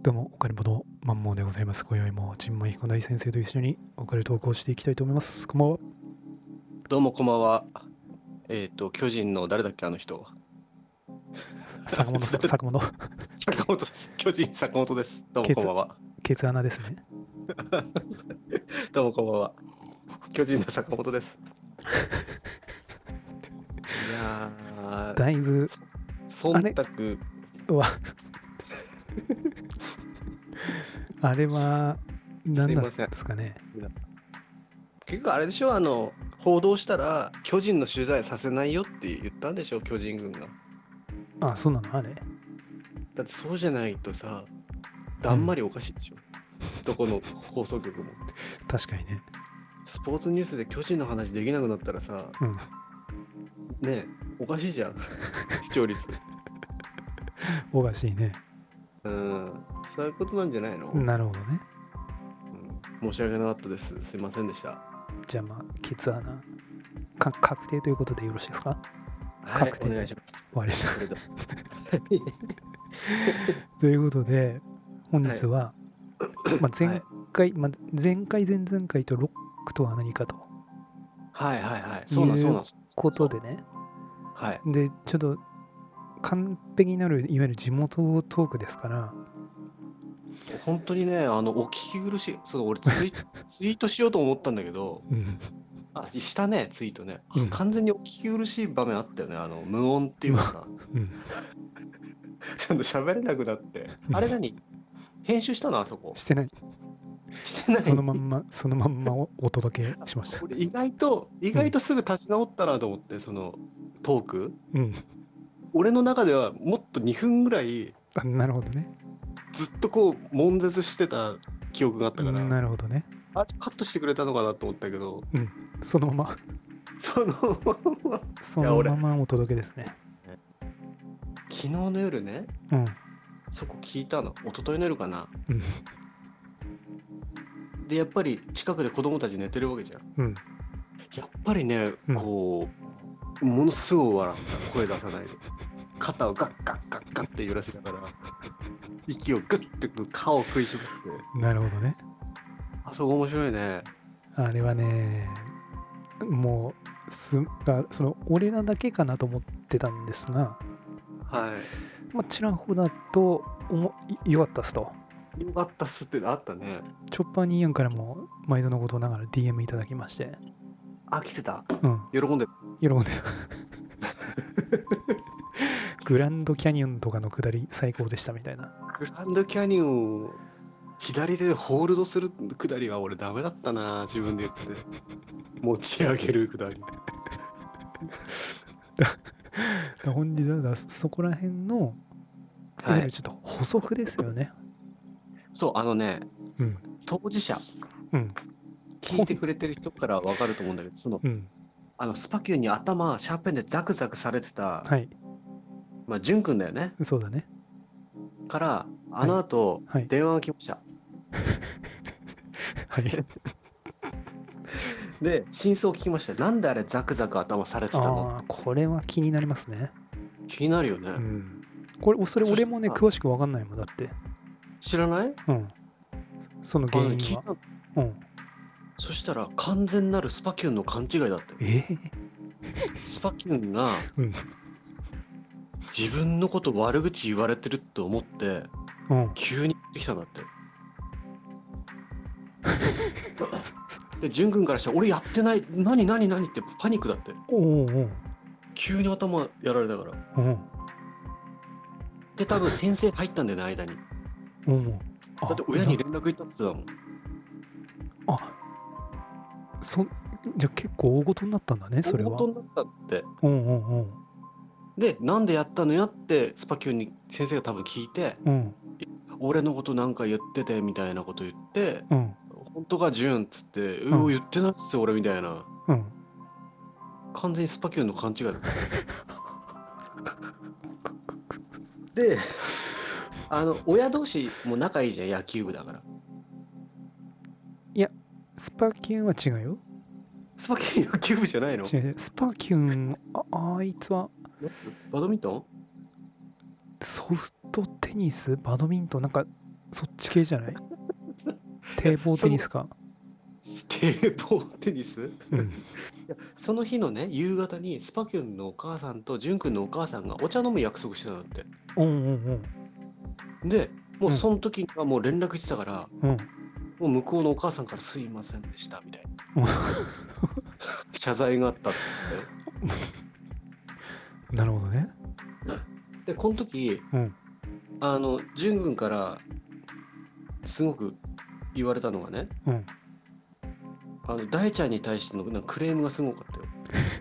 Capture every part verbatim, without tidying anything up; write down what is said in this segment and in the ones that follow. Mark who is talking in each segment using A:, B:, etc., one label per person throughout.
A: どうも、オカルボのマンモーでございます。今宵も陳馬彦大先生と一緒にオカルトークをしていきたいと思います。こんばんは。
B: どうもこんばんは。えっ、と、巨人の誰だっけ、あの人。
A: 坂本さん、坂本。
B: 坂本です。巨人坂本です。どうもこんばんは。
A: ケツ穴ですね。
B: どうもこんばんは。巨人の坂本です。いやー、
A: だいぶ、
B: 忖度
A: は、あれは、何なんですかね。
B: 結局あれでしょ、あの、報道したら、巨人の取材させないよって言ったんでしょ、巨人軍が。
A: あ、そうなのあれ。
B: だってそうじゃないとさ、だんまりおかしいでしょ。うん、どこの放送局も。
A: 確かにね。
B: スポーツニュースで巨人の話できなくなったらさ、
A: うん、
B: ねえ、おかしいじゃん、視聴率。
A: おかしいね。
B: うん、そういうことなんじゃないの？
A: なるほどね。
B: うん、申し訳なかったです。すいませんでした。
A: じゃあまあ、ケツ穴、か確定ということでよろしいですか？
B: はい、
A: 確定で
B: お願いします。
A: 終わりました。
B: それでは
A: ということで、本日は、はいまあ、前回、はいまあ、前回、前々回とロックとは何かと。
B: はいはいはい。そうなんそうなん。
A: ことでね。
B: はい。
A: で、ちょっと完璧になる、いわゆる地元トークですから。
B: 本当にね、あの、お聞き苦しい。そう、俺ツイ、ツイートしようと思ったんだけど、
A: うん、
B: あ、したね、ツイートね。
A: うん、
B: 完全にお聞き苦しい場面あったよね。あの、無音っていうかさ。うん。ちゃんと喋れなくなって。あれ何編集したのあそこ。
A: してない。
B: してない。
A: そのまんま、そのまんまお届けしました。
B: 俺意外と、意外とすぐ立ち直ったなと思って、うん、そのトーク。うん。俺の中ではもっとにふんぐらい。
A: あ、なるほどね。
B: ずっとこう、悶絶してた記憶があったから。
A: なるほどね。
B: あ、カットしてくれたのかなと思ったけど。
A: うん。そのまま。
B: そのまま。
A: そのままお届けですね。
B: 昨日の夜ね。うん。そこ聞いたの。一昨日の夜かな。うん。で、やっぱり近くで子供たち寝てるわけじゃん。うん。やっぱりね、こう、うん、ものすごい笑った。声出さないで。肩をガッガッガッガッって揺らしながら、息をグッて顔を食いしばって。
A: なるほどね。
B: あそこ面白いね。
A: あれはね、もうすだその俺らだけかなと思ってたんですが、
B: はい。
A: まあ、ちらほらとおもよかったっすと。
B: よかったっすってあったね。
A: チョッパーにじゅうよんからも毎度のことながら ディーエム いただきまして。
B: あ、来てた。
A: うん。
B: 喜んでる。
A: 喜んでた。グランドキャニオンとかの下り最高でしたみたいな。
B: グランドキャニオンを左手でホールドする下りは俺ダメだったな、自分で言って。持ち上げる下り。
A: だ本日はそこら辺の、はい、ちょっと補足ですよね。
B: そう、あのね、うん、当事者、うん、聞いてくれてる人から分かると思うんだけど、その、うん、あのスパキューに頭シャーペンでザクザクされてた、はい、まあ淳君だよね。
A: そうだね。
B: からあの後、はい、電話が来ました。
A: はい。
B: で真相を聞きました。なんであれザクザク頭されてたの？
A: ああ、これは気になりますね。
B: 気になるよね。
A: うん、これそれ俺もね詳しく分かんないもんだって。
B: 知らない？
A: うん。その原因は。うん。
B: そしたら完全なるスパキュンの勘違いだって。
A: えー、
B: スパキュンが、うん、自分のこと悪口言われてるって思って、うん、急に言ってきたんだって。で淳君からしたら俺やってない、何何何ってパニックだって。
A: おうおう、
B: 急に頭やられたから。うん、で多分先生入ったんだよね間に。
A: おう、
B: だって親に連絡行ったって言って
A: たもん。あ、そじゃあ結構大ごとになったんだね、それは。
B: 大ごとになったって。
A: うんうんうん。
B: でなんでやったのやってスパキュンに先生が多分聞いて、うん、俺のことなんか言っててみたいなこと言って、うん、本当か淳っつって、うん、言ってないっすよ俺みたいな、うん、完全にスパキュンの勘違いだったで、あの親同士も仲いいじゃん、野球部だから。
A: いやスパキュンは違うよ。
B: スパキュン野球部じゃないの？
A: 違う、スパキュン あ, あいつは
B: バドミントン？
A: ソフトテニス、バドミントン、なんかそっち系じゃない？堤防テニスか。
B: 堤防テニス、
A: うん、
B: いやその日のね夕方にスパキュンのお母さんとジュン君のお母さんがお茶飲む約束してたんだって。
A: うんうん
B: うん。でもうその時にはもう連絡してたから、
A: うん。
B: もう向こうのお母さんからすいませんでしたみたいな謝罪があったっつって。
A: なるほどね。
B: でこの時、
A: うん、
B: あのジュン君からすごく言われたのがね、
A: うん、
B: あの大ちゃんに対してのなんかクレームがすごかったよ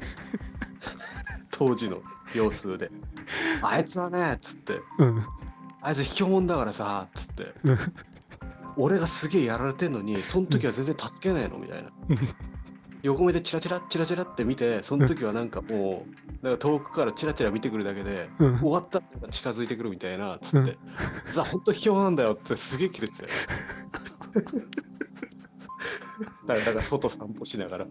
B: 当時の様子で。あいつはねっつって、
A: うん、
B: あいつ卑怯者だからさっつって、
A: うん、
B: 俺がすげえやられてんのにその時は全然助けないのみたいな。横目でチラチラチラチラって見て、その時はなんかもうなんか遠くからチラチラ見てくるだけで、
A: うん、
B: 終わったら近づいてくるみたいなっつって、さあ本当卑怯なんだよってすげえキレてたよだからだから外散歩しながら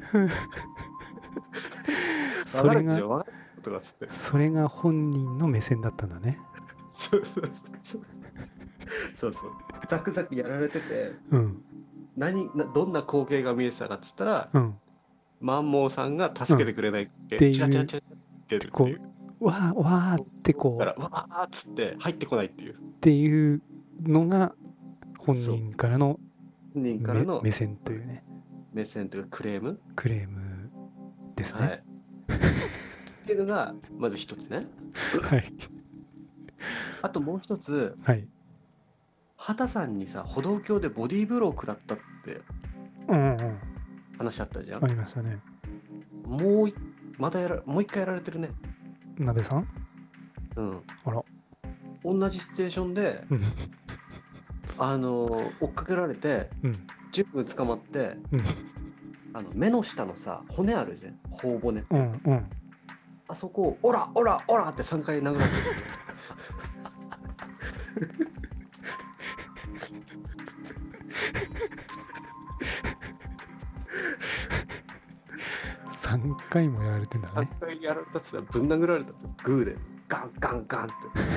A: それが
B: 分かるとかっつって、
A: それが本人の目線だったんだね。
B: そうそうそうそうそう、ザクザクやられてて、
A: うん、
B: 何などんな光景が見えてたかっつったら、
A: うん、
B: マンモーさんが助けてくれないっ
A: って
B: て、
A: いう
B: チラチラチラチラってるっていう、
A: わーわーってこ
B: だからわーっつって入ってこないっていう、
A: っていうのが本人からの
B: 本人からの
A: 目線というね、
B: 目線というかクレーム、
A: クレームですね。
B: はいっていうのがまず一つね。
A: はい。
B: あともう一つ、
A: はい。
B: 畑さんにさ歩道橋でボディーブロー食らったって
A: うんうん
B: 話あったじゃん。
A: ありましたね。
B: もういまたやらもう一回やられてるね。
A: 鍋さん？
B: うん。
A: あら。
B: 同じシチュエーションで、
A: うん
B: あのー追っかけられて、
A: うん
B: じゅっぷん捕まって、
A: うん
B: あの目の下のさ骨あるじゃん、頬骨って、
A: うんうん。
B: あそこをオラオラオラってさんかい殴られてるんですよ
A: さんかいもやられてんだ
B: さん
A: ね。
B: かいやられたっつったらぶん殴られたんですよ、グーでガンガンガンって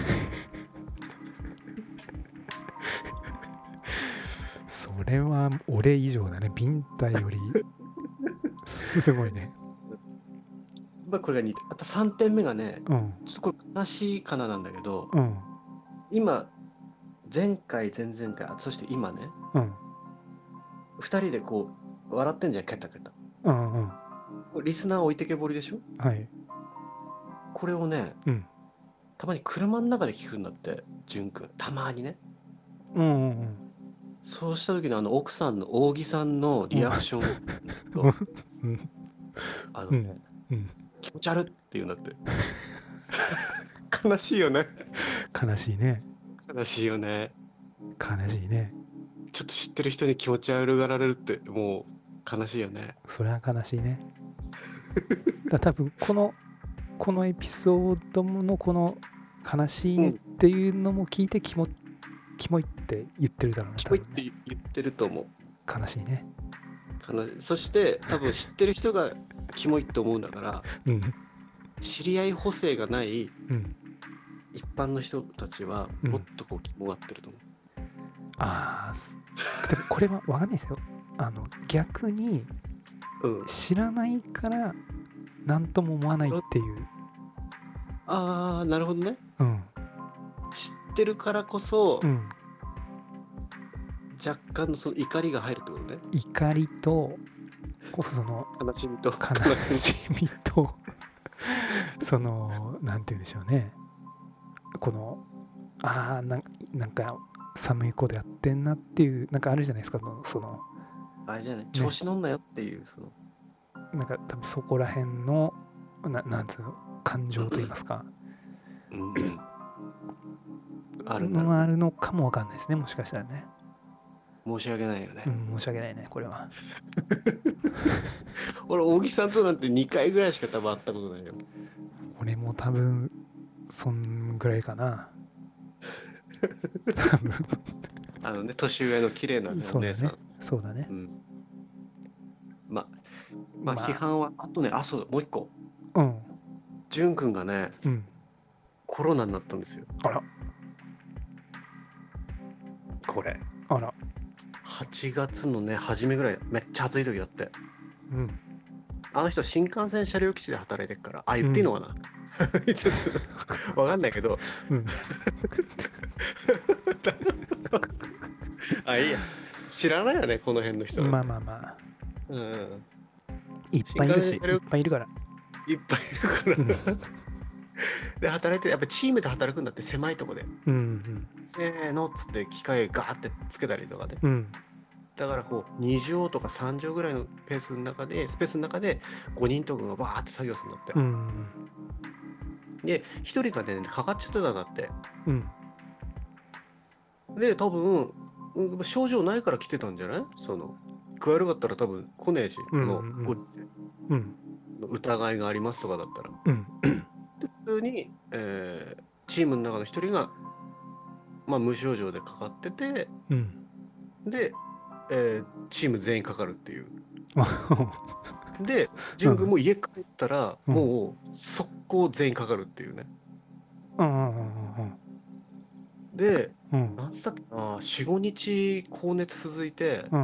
A: それは俺以上だね。ビンタよりすごいね。
B: まあこれがにてん、あとさんてんめがね、
A: うん
B: ちょっとこれ悲しいかななんだけど、
A: うん
B: 今前回前々回、そして今ね、
A: うん
B: ふたりでこう笑ってんじゃん、ケタケタ。
A: うんうん。
B: これリスナー置いてけぼりでしょ。
A: はい。
B: これをね、
A: うん
B: たまに車の中で聞くんだって、じゅんくん。たまにね。
A: うんうんうん
B: そうした時のあの奥さんの扇さんのリアクションと、
A: うん
B: あのね、
A: うんうん
B: 気持ち悪って言うんだって。悲しいよね。
A: 悲しいね。
B: 悲しいよね。
A: 悲しいね。
B: ちょっと知ってる人に気持ち悪がられるってもう悲しいよね。
A: それは悲しいね。だ多分このこのエピソードのこの悲しいねっていうのも聞いてキモキモいって言ってるだろうね。
B: キモいって言ってると思う。
A: 悲しいね。
B: 悲しい。そして多分知ってる人がキモいって思うんだから、
A: うん、
B: 知り合い補正がない
A: うん、
B: 一般の人たちはもっとこうキモがってると思う。
A: うん、ああ、でもこれは分かんないですよ。あの逆に知らないから何とも思わないっていう。
B: ああ、なるほどね。
A: うん。
B: 知ってるからこそ、
A: うん、
B: 若干のその怒りが入るってことね。
A: 怒りとその
B: 悲しみと
A: 悲しみとそのなんて言うんでしょうね。このああな、なんか寒い子でやってんなっていうなんかあるじゃないですか。その
B: あれじゃない、ね、調子乗んなよっていうその
A: なんか多分そこら辺のななんつうの感情といいますか、
B: うんうん、あるん
A: だろう、
B: ね、
A: あるのかもわかんないですね、もしかしたらね。
B: 申し訳ないよね。
A: うん、申し訳ないねこれは。
B: 俺大木さんとなんてにかいぐらいしか多分会ったことないよ。
A: 俺も多分そんぐらいかな。多分
B: あのね、年上の綺麗な、ね、お姉さん。
A: そうだね。
B: うん、ままあ批判は、あとね、あ、そうだ、もう一個。
A: うん。
B: じゅんくんがね、
A: うん、
B: コロナになったんですよ。
A: あら。
B: これ。
A: あら。
B: はちがつのね、初めぐらい、めっちゃ暑い時だって。
A: うん。
B: あの人、新幹線車両基地で働いてるから。あ、言っていいのかな、
A: うん、
B: ちょっと、わかんないけど。
A: うん、
B: あ、いいや。知らないよね、この辺の人。
A: まあまあまあ。
B: うん。
A: いっぱいいるし、いっぱいいるから。
B: いっぱいいるから。で、働いて、やっぱチームで働くんだって、狭いとこで。
A: うんうん、
B: せーのっつって機械ガーってつけたりとかで。
A: うん、だ
B: からこうに畳とかさん畳ぐらいのペースの中で、スペースの中でごにんとかがバーって作業するんだって。
A: うん、
B: で、ひとりがね、かかっちゃってたんだって。
A: うん、
B: で、多分、症状ないから来てたんじゃない？その、具合悪かったら多分来ねえし、
A: うん、
B: このご時世。
A: うん、
B: 疑いがありますとかだったら。
A: うん、
B: で、普通に、えー、チームの中のひとりが、まあ、無症状でかかってて、
A: うん、
B: で、えー、チーム全員かかるっていう。で、淳君も家帰ったら、うん、もう速攻全員かかるっていうね。で、うん、なんつったっけな、よん、ごにち高熱続いて、うん、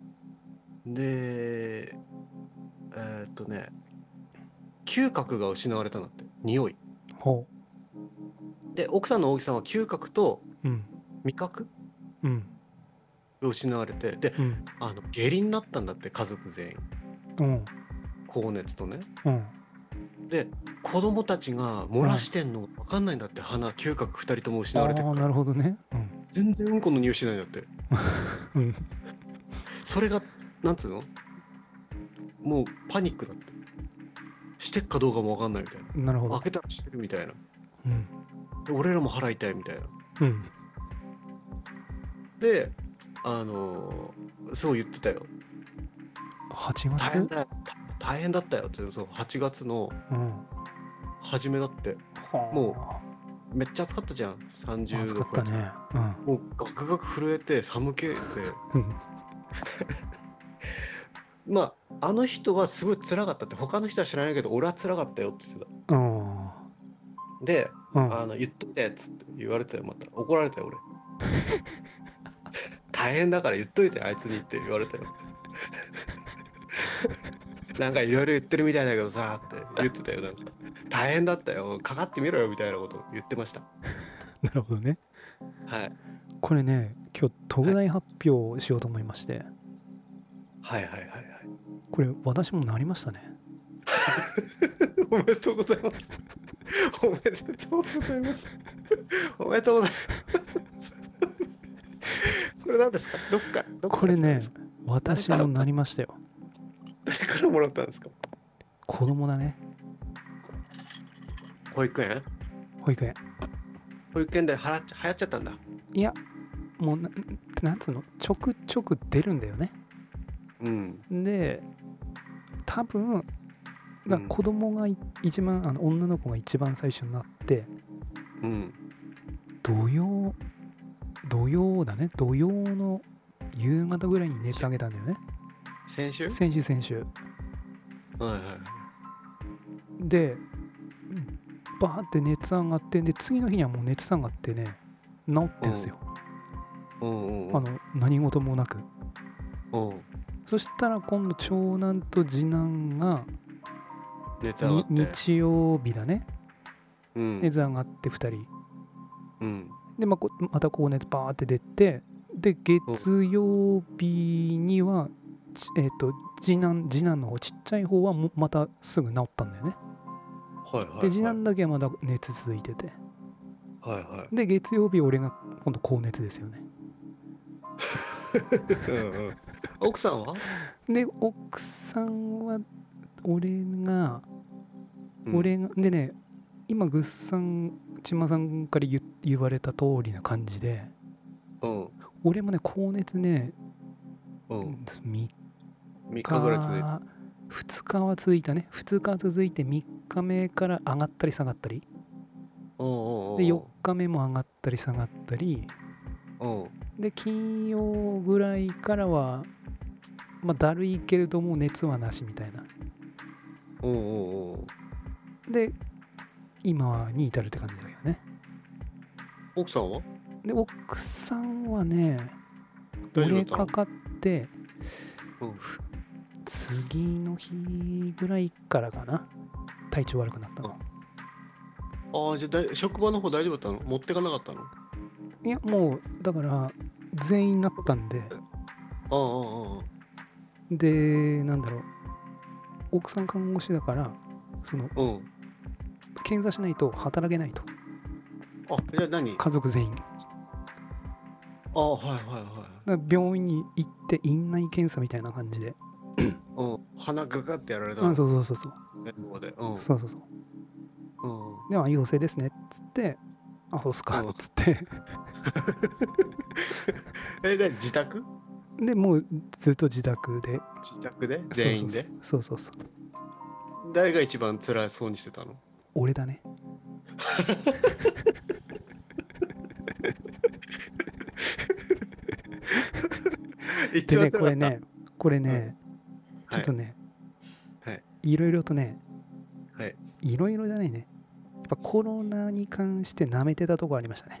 B: で、えー、っとね、嗅覚が失われたんだって、匂い。ほう。で、奥さんの大木さんは嗅覚と味覚、うん、が失われて、で、うん、あの下痢になったんだって、家族全員。うん、高熱とね。うん、で、子供たちが漏らしてんの分かんないんだって、鼻、嗅覚ふたりとも失われてるから。あ、なるほどね。うん、全然うんこの匂いしないんだって。うん、それが、なんつうの？もうパニックだって。してっかどうかも分かんないみたいな。なるほど。開けたらしてるみたいな。うん、で俺らも払いたいみたいな。うん、で、あのー、そう言ってたよ。はちがつ？大変だよ。大変だったよって、そう、はちがつの初めだって。うん、もうめっちゃ暑かったじゃん。さんじゅうど超えて、ね、うん、もうガクガク震えて寒気でまああの人はすごい辛かったって、他の人は知らないけど俺は辛かったよって言ってた。うん、で、うん、あの言っといてっつって言われたよ。また怒られたよ俺。大変だから言っといてあいつにって言われたよ。なんかいろいろ言ってるみたいだけどさって言ってたよ。なんか大変だったよ、かかってみろよみたいなこと言ってました。なるほどね。はい。これね、今日東大発表しようと思いまして。はい、はいはいはいはい。これ私もなりましたね。おめでとうございます。おめでとうございます。おめでとうございます。これ何ですか？どっか、どっかこれね、私もなりましたよ。誰からもらったんですか？子供だね。保育園？保育園。保育園ではら流行っちゃったんだ。いや、もうな、なんつうの、ちょくちょく出るんだよね。うん。で、多分、だ子供が一番、うん、あの女の子が一番最初になって、うん、土曜、土曜だね、土曜の夕方ぐらいに熱上げたんだよね。先週？先週、先週。はいはい。で、バーって熱上がって、で、次の日にはもう熱上がってね、治ってんですよ。うんうんうん、あの、何事もなく。うん、そしたら今度、長男と次男が、熱上がって、日曜日だね。うん、熱上がってふたり。うん、で、まあ、また高熱バーって出て、で、月曜日には、えっと、次男、次男の方、ちっちゃい方はもまたすぐ治ったんだよね。はいはいはい、で、次男だけはまだ熱続いてて。はいはい。で、月曜日、俺が今度高熱ですよね。うんうん、奥さんは？で、奥さんは、俺が、うん、俺が、でね、今、ぐっさん、ちまさんから 言, 言われた通りな感じで、うん、俺もね、高熱ね、うん、みっか、みっかぐらい続いた。ふつかは続いたね。ふつか続いてみっかめから上がったり下がったり。で、よっかめも上がったり下がったり。で、金曜ぐらいからは、まあ、だるいけれども熱はなしみたいな。で、今に至るって感じだよね。奥さんは？
A: で奥さんはね俺
B: 大丈夫だったの？
A: かかって、
B: うん。
A: ふ次の日ぐらいからかな体調悪くなったの。
B: ああ、じゃあだい職場の方大丈夫だったの？持ってかなかったの？
A: いやもうだから全員なったんで、
B: ああ、ああ、あ
A: でなんだろう奥さん看護師だからその
B: あ。うん。
A: 検査しないと働けないと、
B: あ、じゃあ何？
A: 家族全員。だか
B: ああ、はいはいは
A: ら病院に行って院内検査みたいな感じで、
B: い。うん。鼻ガガってやられた
A: あ
B: の？
A: そうそうそうそう
B: 電話で。うん。
A: そうそうそう
B: うん。
A: では陽性ですねっつって、あそうっすか
B: うん
A: っつって
B: え、で、自宅？
A: でもうずっと自宅で、
B: 自宅で全員で？
A: そうそうそうそうそう
B: 誰が一番辛そうにしてたの？
A: 俺だね。
B: 一
A: でね
B: 番辛かった。
A: これねこれね、ちょ
B: はい。
A: っとね、
B: はい。
A: いろいろとね
B: はい。
A: いろいろじゃないねやっぱコロナに関して舐めてたとこありましたね。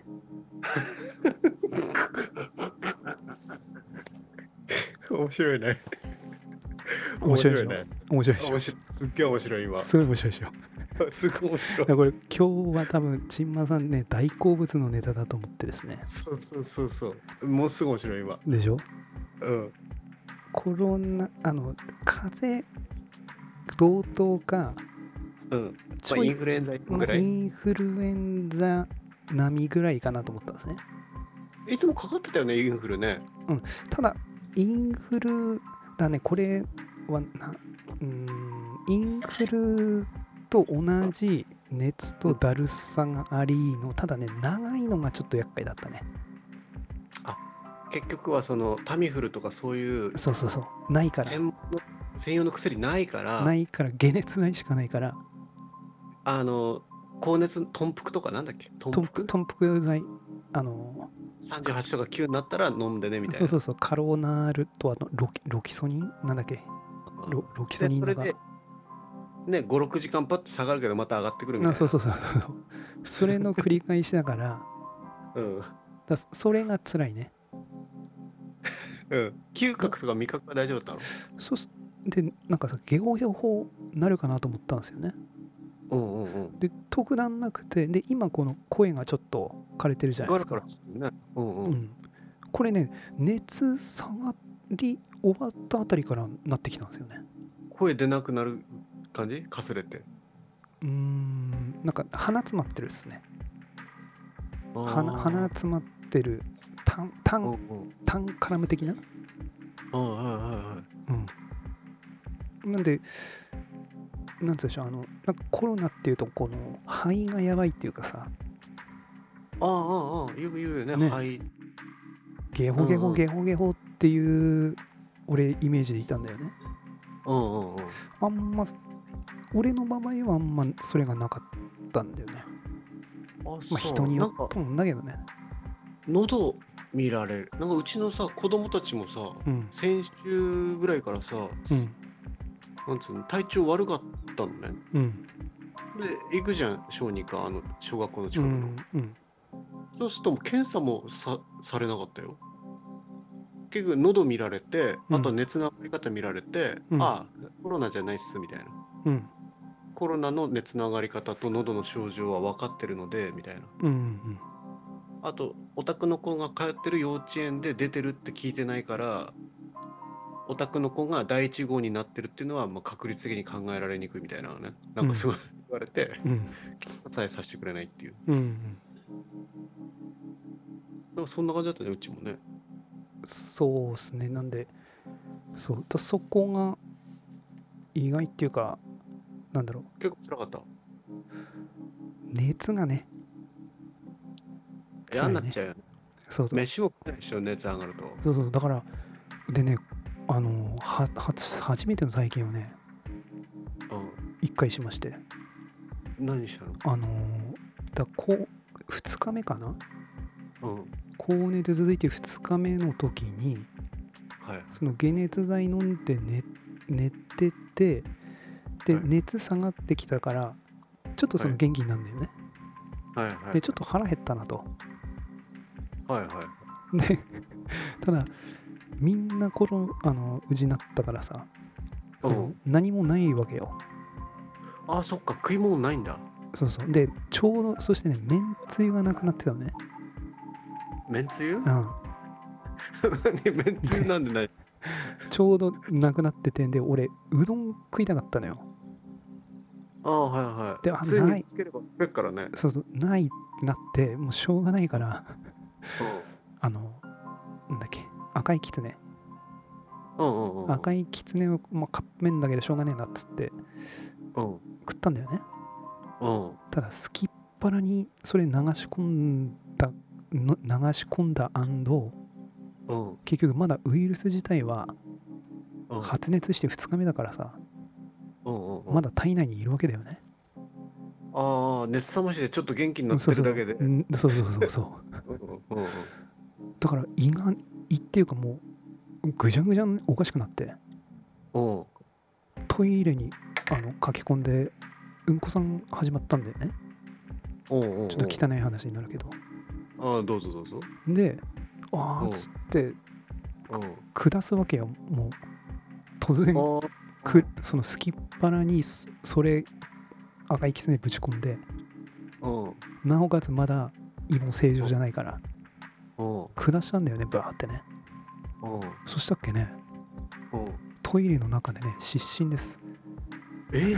B: 面白いね。
A: 面白いでしょ
B: ね。
A: 面白いでしょ
B: 面白い。すっげえ面白い今。
A: すごい面白いでしょ。
B: すごい面白い。
A: だからこれ今日は多分ちんまさんね大好物のネタだと思ってですね。
B: そうそうそうそう。もうすぐ面白い今。
A: でしょ。
B: うん。
A: コロナあの風邪同等か、
B: うん。
A: ちょい
B: まあインフルエンザぐらい。
A: インフルエンザ並みぐらいかなと思ったんですね。
B: いつもかかってたよね、インフルね。
A: ただインフルだねこれはなうーんインフルと同じ熱とだるさがありの、ただね長いのがちょっと厄介だったね。
B: 結局はそのタミフルとかそういう
A: そうそうそうないから
B: 専門の専用の薬ないから
A: ないから解熱剤しかないから、
B: あの高熱豚腹とかなんだっけ豚
A: 豚
B: 腹
A: 腹豚腹剤あの
B: さんじゅうはちとかきゅうになったら飲んでねみたいな。
A: そうそうそうカロナールとあのロキロキソニンなんだっけ
B: うん
A: ロロキソニンとか
B: でそれでねごろくじかんパッて下がるけどまた上がってくるみたいな。
A: あそうそうそうそうそれの繰り返しだから
B: うん
A: だそれが辛いね。
B: うん嗅覚とか味覚は大丈夫だったの？
A: そうすでなんかさゲホゲホなるかなと思ったんですよね。
B: うんうんうん
A: で特段なくて、で今この声がちょっと枯れてるじゃないですか。
B: ガラガラするね。うんう
A: うんん、これね熱下がり終わったあたりからなってきたんですよね。
B: 声出なくなる感じかすれて。
A: うーんなんか鼻詰まってるっすね。
B: あー
A: 鼻鼻詰まってるタンタン
B: うんうん
A: タンカラム的な、
B: あはいはいはい
A: うん、なんでなんつうでしょうあのなんかコロナっていうとこの肺がやばいっていうかさ、
B: ああああよく言うよね。
A: ね
B: はい
A: ゲホゲ
B: うんうん
A: ホゲホゲホっていう俺イメージでいたんだよね。
B: うんうんうん
A: あんま俺の場合はあんまそれがなかったんだよね。
B: あ、
A: まあ
B: そう。
A: 人によ
B: なんか
A: っと思うんだけどね。
B: 喉見られる。なんかうちのさ、子供たちもさ、
A: うん
B: 先週ぐらいからさ、
A: うん
B: なんつうの、体調悪かったのね。
A: うん
B: で、行くじゃん、小児科、あの、小学校の
A: う
B: 近くの。
A: んうん
B: そうするともう検査もさ、されなかったよ。結局、喉見られて、
A: うん
B: あと熱の上がり方見られて、
A: うん
B: ああ、コロナじゃないっす、みたいな。
A: うん
B: コロナの熱の上がり方と喉の症状は分かってるので、みたいな。
A: うんうん
B: あと、お宅の子が通ってる幼稚園で出てるって聞いてないから、お宅の子が第一号になってるっていうのは、まあ、確率的に考えられにくいみたいなのね。なんかすごい言われて、
A: うん
B: 検査さえさせてくれないっていう。
A: うんうん
B: なんかそんな感じだったね、うちもね。
A: そうっすね。なんでそうだそこが意外っていうかなんだろう
B: 結構辛かった。
A: 熱がね
B: 嫌になっちゃうよね。
A: そうそう
B: 飯も食えないでしょ、熱上がると。
A: そうそうだからでねあのはは初めての体験をね
B: うん。
A: 一回しまして、
B: 何したの？
A: あのだこうふつかめかな、
B: うん。
A: 高熱続いてふつかめの時に
B: はい。
A: その解熱剤飲んで寝寝ててで、
B: はい
A: 熱下がってきたからちょっとその元気になるんだよね、
B: はいはい。
A: でちょっと腹減ったなと、
B: はいはい。
A: で、ただ、みんなこの、あの、うじなったからさ、その何もないわけよ。
B: ああ、そっか、食い物ないんだ。
A: そうそう。で、ちょうど、そしてね、めんつゆがなくなってたのね。
B: めんつゆ？
A: うん。
B: 何めんつゆなんでない？
A: ちょうどなくなってて、で、俺、うどん食いたかったのよ。
B: ああ、はいはい。
A: で、あ、
B: つゆ
A: ない。
B: につければ食えっからね。
A: そうそう、ないってなって、もうしょうがないから、
B: うん。
A: あの、なんだっけ、赤いきつね。
B: うんうんうんうん。
A: 赤いきつねを、まあ、カップ麺だけどしょうがねえなっつって、
B: うん。
A: 食ったんだよね。
B: うん。
A: ただ、すきっ腹にそれ流し込んだ、の流し込んだ
B: うん。
A: 結局まだウイルス自体は
B: うん。
A: 発熱してふつかめだからさ、
B: うんうんうん。
A: まだ体内にいるわけだよね。
B: ああ、熱冷ましでちょっと元気になっ
A: うんそうそう
B: てるだけで。
A: うんそうそうそうそう
B: うんうんうんうん。
A: だから胃が胃っていうかもうぐじゃぐじゃにおかしくなって、
B: うん。
A: トイレにあの駆け込んでうんこさん始まったんだよね。
B: うんうんうん。
A: ちょっと汚い話になるけど、
B: ああ、どうぞどうぞ。
A: で、あ
B: うん。
A: ーっつって
B: うん。
A: 下すわけよ。もう突然
B: ああ。
A: くそのすきっ腹にそそれ赤いきつねぶち込んで、
B: うん。
A: なおかつまだ胃も正常じゃないから
B: うん。
A: 下したんだよね、バーってね。
B: うん。
A: そしたっけね、
B: うん。
A: トイレの中でね、失神です。
B: え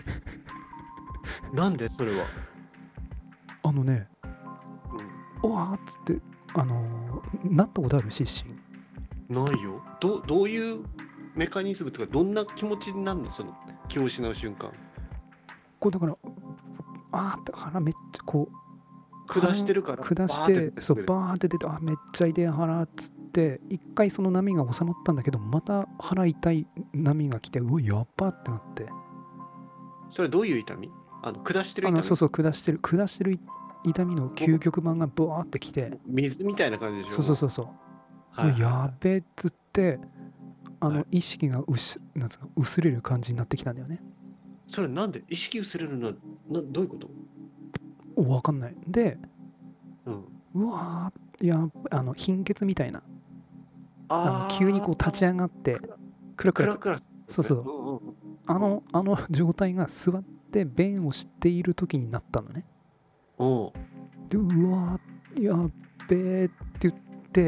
B: なんでそれは？
A: あのね、
B: う
A: おわーっつって、あのーなったことある失神。
B: ん。ないよ。どどういうメカニズムとか、どんな気持ちになるの？その気を失う瞬間。
A: こうだから、あーって腹めっちゃこう、
B: 下してるから、
A: 下し
B: バーって出
A: て、そう、
B: てくる。
A: バーって出て、あ、めっちゃ痛い腹っつって、一回その波が収まったんだけど、また腹痛い波が来て、うわ、やっばってなって。
B: それどういう痛み？あの下してる
A: あの、
B: 痛み？
A: そうそう、下してる、下してる痛みの究極版がブワーってきて、
B: 水みたいな感じでしょ？
A: そうそうそうそう。
B: はいはい
A: うわや
B: は
A: べえっつって、あの、
B: はい。
A: 意識が薄なんつうの薄れる感じになってきたんだよね。
B: それなんで？意識薄れるのはなどういうこと？
A: わかんない。で、
B: うん。
A: うわー、いや、あの、貧血みたいな。あの、急に
B: ああ、
A: こう立ち上がって、クラクラク、
B: クラクラする
A: そうそう。
B: ね。うんうんうん。
A: あの、あの状態が座って便をしている時になったのね。
B: うん。
A: で、うわー、やっべーって言って、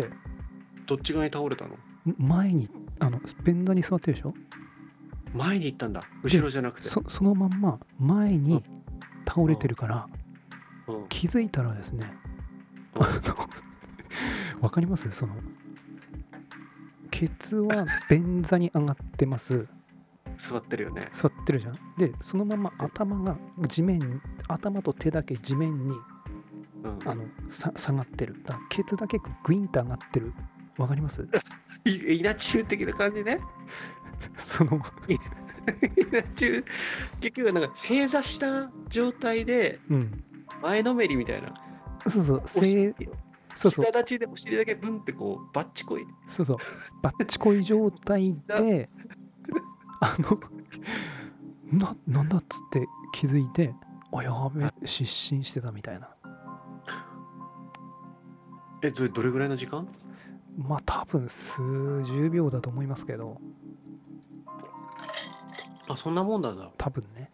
B: どっち側に倒れたの？
A: 前に、あの、便座に座ってるでしょ。
B: 前に行ったんだ。後ろじゃなくて。
A: そそのまんま前
B: うん
A: に倒れてるから、
B: うん
A: 気づいたらですね、
B: うん。
A: あの、わかります？その、ケツは便座に上がってます。
B: 座ってるよね。
A: 座ってるじゃん。で、そのまま頭が地面に、頭と手だけ地面に
B: うん。
A: あのさ下がってる。だからケツだけグインと上がってる。わかります？
B: い稲中的な感じね。
A: その、
B: 稲中、結局はなんか正座した状態で
A: うん。
B: 前のめりみたいな。
A: そうそう、
B: お尻
A: 正、そうそう、
B: 膝立ちでお尻だけブンってこうバッチコイ。
A: そうそう、バッチコイ状態で、あの、な、なんだっつって気づいて、あ、やべ、失神してたみたいな。
B: え、それどれぐらいの時間？
A: まあ多分数十秒だと思いますけど、
B: あ、そんなもんなんだ。
A: 多分ね。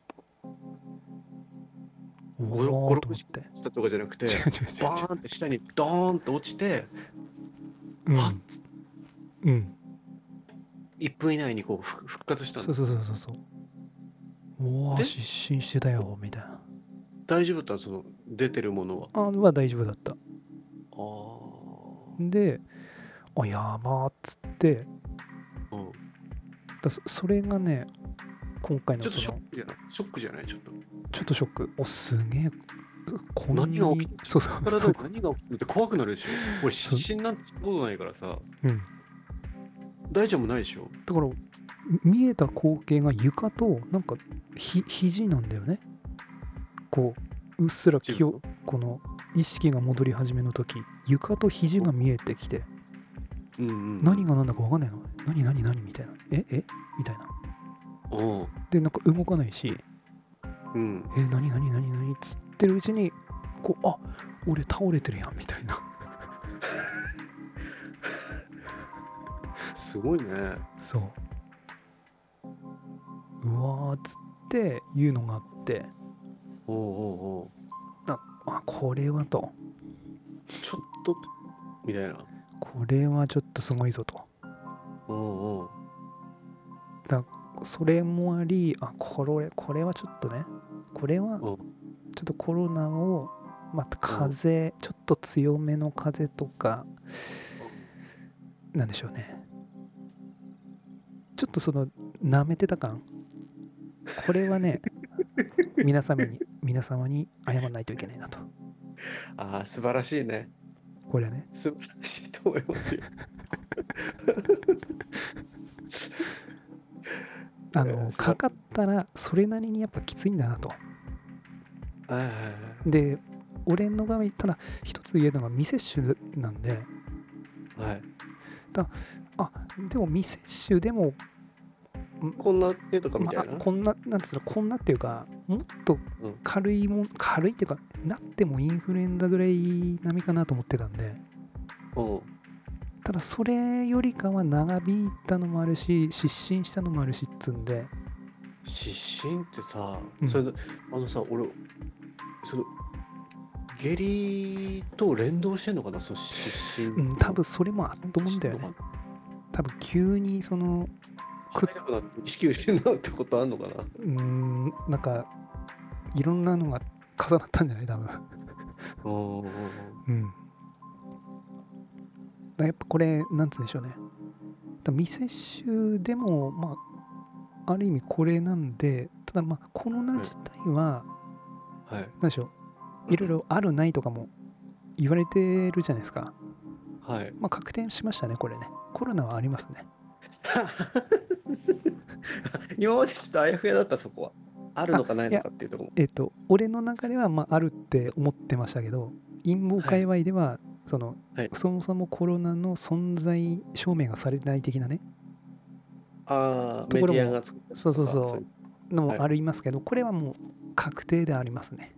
A: お
B: ご、
A: ー
B: ご、6
A: と思って。
B: 時間したとかじゃなくて、
A: 違う違う違う
B: バ
A: 違
B: ーンって下にドーンと落ちて、
A: う。
B: はっつって
A: うん。うん。
B: いっぷん以内にこう復復活したんだ。
A: そうそうそうそうそう。おー、
B: で、
A: 失神してたよ、みたいな。
B: 大丈夫だったその出てるものは。
A: あは大丈夫だった。
B: ああ。
A: で、あ、やばーっつって、
B: うん。
A: だそそれがね、今回の
B: ちょっとシ
A: その、
B: ョックじゃない？ショックじゃない？ちょっと。
A: ちょっとショック。お、すげえ、こんなに、
B: 何が起きてる？
A: そうそう
B: 体
A: そう。
B: に何が起きてるって怖くなるでしょ？俺
A: そう
B: 失神なんてしたことないからさ、
A: うん。
B: 大丈夫ないでしょ？
A: だから、見えた光景が床と、なんか、ひ、肘なんだよね。こう、うっすら気を
B: 自分の、
A: この、意識が戻り始めの時、床と肘が見えてきて、
B: うんうん。
A: 何が何だか分かんないの。何何何みたいな。ええみたいな。
B: うん。
A: で、なんか動かないし、
B: うん。
A: え、何何何何つってるうちに、こう、あ、俺倒れてるやん、みたいな。
B: すごいね。
A: そう。うわーっつって言うのがあって、
B: おうおうおう。
A: あ、あこれはと。
B: ちょっと、みたいな。
A: これはちょっとすごいぞと。
B: おうおう。
A: だそれもあり、あ、これ、これはちょっとね、これはちょ
B: おう
A: っとコロナを、また
B: おう
A: 風、ちょっと強めの風とか、
B: おう。
A: なんでしょうね。ちょっとその、舐めてた感。これはね、皆様に、皆様に謝らないといけないなと。
B: ああ、素晴らしいね。
A: これはね。
B: 素晴らしいと思いますよ。
A: あの、かかったら、それなりにやっぱきついんだなと。
B: はいはいはい。
A: で、俺の場合、ただ、一つ言えるのが未接種なんで、
B: はい。
A: だあ、でも未接種でも、
B: こんな手とかみたいな、
A: まあ、こんな、なんつうの、こんなっていうか、もっと軽いもん、軽いっていうか、なってもインフルエンザぐらい並みかなと思ってたんで、
B: うん。
A: ただそれよりかは長引いたのもあるし、失神したのもあるしっつんで、
B: 失神ってさ、
A: うん
B: それあのさ、俺、その、下痢と連動してんのかな、その失神。
A: うん、多分それもあったと思うんだよね。多分急にその、
B: 食べたくなって意識失うってことあんのかな。
A: うーん、なんか、いろんなのが重なったんじゃない多分。
B: おー。
A: うん。やっぱこれ、なんつうんでしょうね。未接種でも、まあ、ある意味これなんで、ただまあ、コロナ自体は、
B: はい。
A: なんでしょう、いろいろあるないとかも言われてるじゃないですか。
B: はい。
A: まあ、確定しましたね、これね。コロナはありますね。
B: 今までちょっとあやふやだった、そこは。あるのかないのかっていうところ。
A: えっと、俺の中では、まあ、あるって思ってましたけど、陰謀界隈では、その、
B: はい。
A: そもそもコロナの存在証明がされない的なね、
B: ああ、
A: ところも
B: メディアが作った
A: そうそう
B: とか
A: そうのもありますけど、これはもう確定でありますね。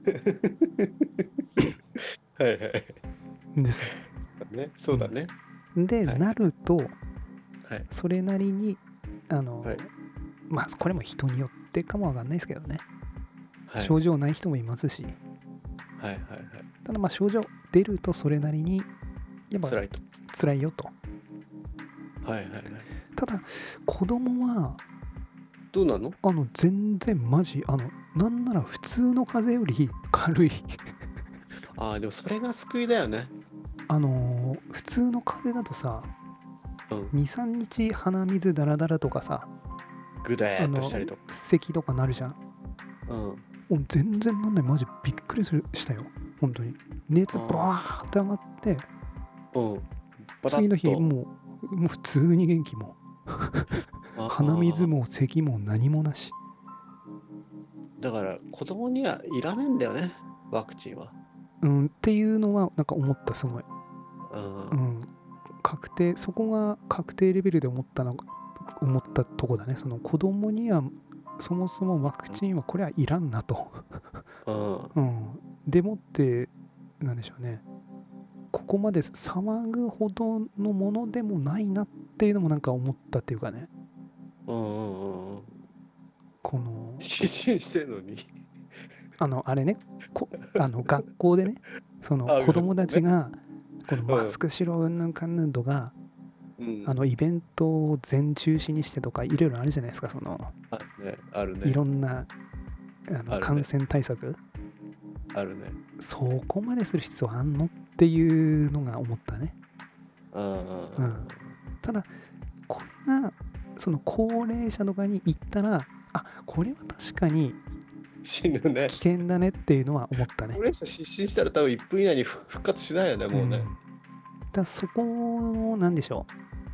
B: はいはい。
A: です
B: そうだね。そうだね。
A: ね。で、
B: はい
A: なると、
B: はい。
A: それなりに、あの、
B: はい。
A: まあ、これも人によってかもわかんないですけどね、
B: はい。
A: 症状ない人もいますし、
B: はいはいはい。
A: ただまあ症状出るとそれなりに、やっぱ
B: 辛いと。
A: 辛いよと。
B: はいはいはい。
A: ただ、子供は、
B: どうなの？
A: あの、全然マジ、あの、なんなら普通の風邪より軽い。
B: ああ、でもそれが救いだよね。
A: あのー、普通の風邪だとさ、
B: うん。
A: に、さんにち鼻水ダラダラとかさ、
B: ぐだーっ
A: あの
B: としたりとか。
A: 咳とかなるじゃん。
B: うん。
A: もう全然なんない、マジびっくりするしたよ、本当に。熱バーって上がって、
B: うん。
A: 次の日もう、もう普通に元気も。鼻水も咳も何もなし。
B: だから子供にはいらないんだよね、ワクチンは。
A: うん、っていうのはなんか思った、すごい。
B: うん。
A: うん、確定、そこが確定レベルで思ったの思ったとこだね。その子供にはそもそもワクチンはこれはいらんなと。
B: うん。
A: うん、でもってなんでしょうね。ここまで騒ぐほどのものでもないなっていうのもなんか思ったっていうかね。
B: うんうんうん。
A: この
B: 失神してんのに。
A: あのあれね、こあの学校でね、その子供たちがこのマスクしろうんぬんかんぬんとか、うん、あのイベントを全中止にしてとかいろいろあるじゃないですか。その
B: あるね、あるね。
A: いろんなあの、ね、感染対策
B: あるね。
A: そこまでする必要あんのっていうのが思ったね。
B: うん、
A: ただこれがその高齢者とかに言ったら、あ、これは確かに
B: 死ぬね。
A: 危険だねっていうのは思ったね。
B: 高齢者失神したら多分いっぷん以内に復活しないよね、もうね。うん、
A: だそこのなんでしょ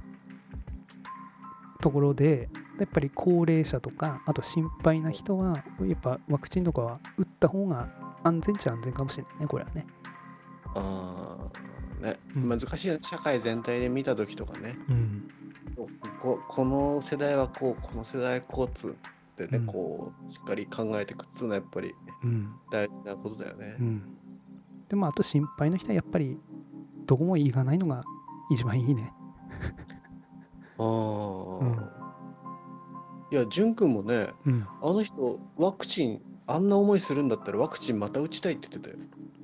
A: うところで、やっぱり高齢者とかあと心配な人はやっぱワクチンとかは打った方が安全っちゃ安全かもしれないね、これはね。
B: ああね、
A: うん、
B: 難しいね、社会全体で見た時とかね、
A: うん、
B: こ, この世代はこうこの世代はこうつってね、うん、こうしっかり考えていくっていうのはやっぱり大事なことだよね。
A: うんうん、でもあと心配な人はやっぱりどこも行かないのが一番いいね。
B: ああ。
A: うん。
B: いや、淳君もね、
A: うん。
B: あの人、ワクチン、あんな思いするんだったらワクチンまた打ちたいって言ってたよ。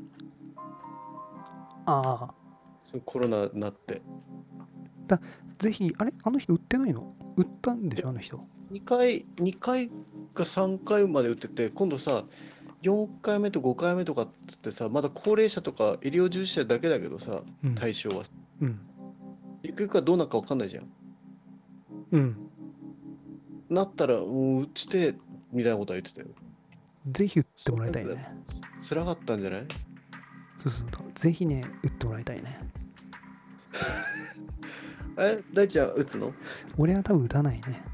A: ああ。
B: そうコロナになって。
A: だ、ぜひ、あれあの人売ってないの？売ったんで
B: いや、
A: しょあの人。
B: にかい、にかいかさんかいまで打ってて、今度さ、よんかいめとごかいめとかっつってさ、まだ高齢者とか医療従事者だけだけどさ、
A: うん。
B: 対象は。
A: うん。
B: ゆくゆくはどうなるか分かんないじゃん。
A: うん。
B: なったら、もう打ちて、みたいなことは言ってたよ。
A: ぜひ売ってもらい
B: それだ
A: たいね。
B: つ辛かったんじゃない？
A: そうそう。ぜひね、売ってもらいたいね。
B: え、大ちゃん打つの？
A: 俺は多分打たないね。